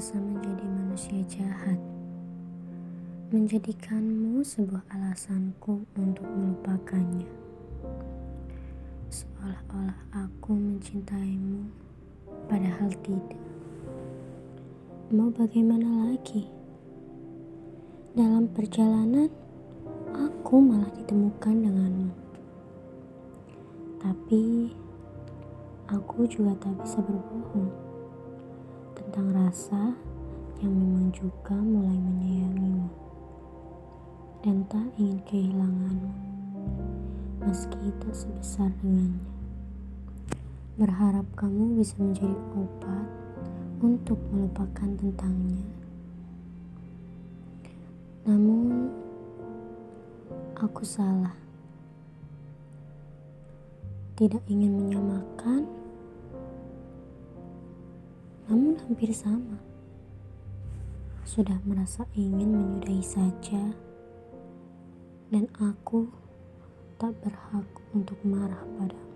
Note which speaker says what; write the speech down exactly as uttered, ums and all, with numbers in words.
Speaker 1: terpaksa menjadi manusia jahat, menjadikanmu sebuah alasanku untuk melupakannya. Seolah-olah aku mencintaimu, padahal tidak. Mau bagaimana lagi? Dalam perjalanan, aku malah ditemukan denganmu. Tapi, aku juga tak bisa berbohong tentang rasa yang memang juga mulai menyayangimu dan tak ingin kehilanganmu, meski tak sebesar dengannya. Berharap kamu bisa menjadi obat untuk melupakan tentangnya. Namun, aku salah. Tidak ingin menyamakan, namun hampir sama. Sudah merasa ingin menyudahi saja, dan aku tak berhak untuk marah padamu.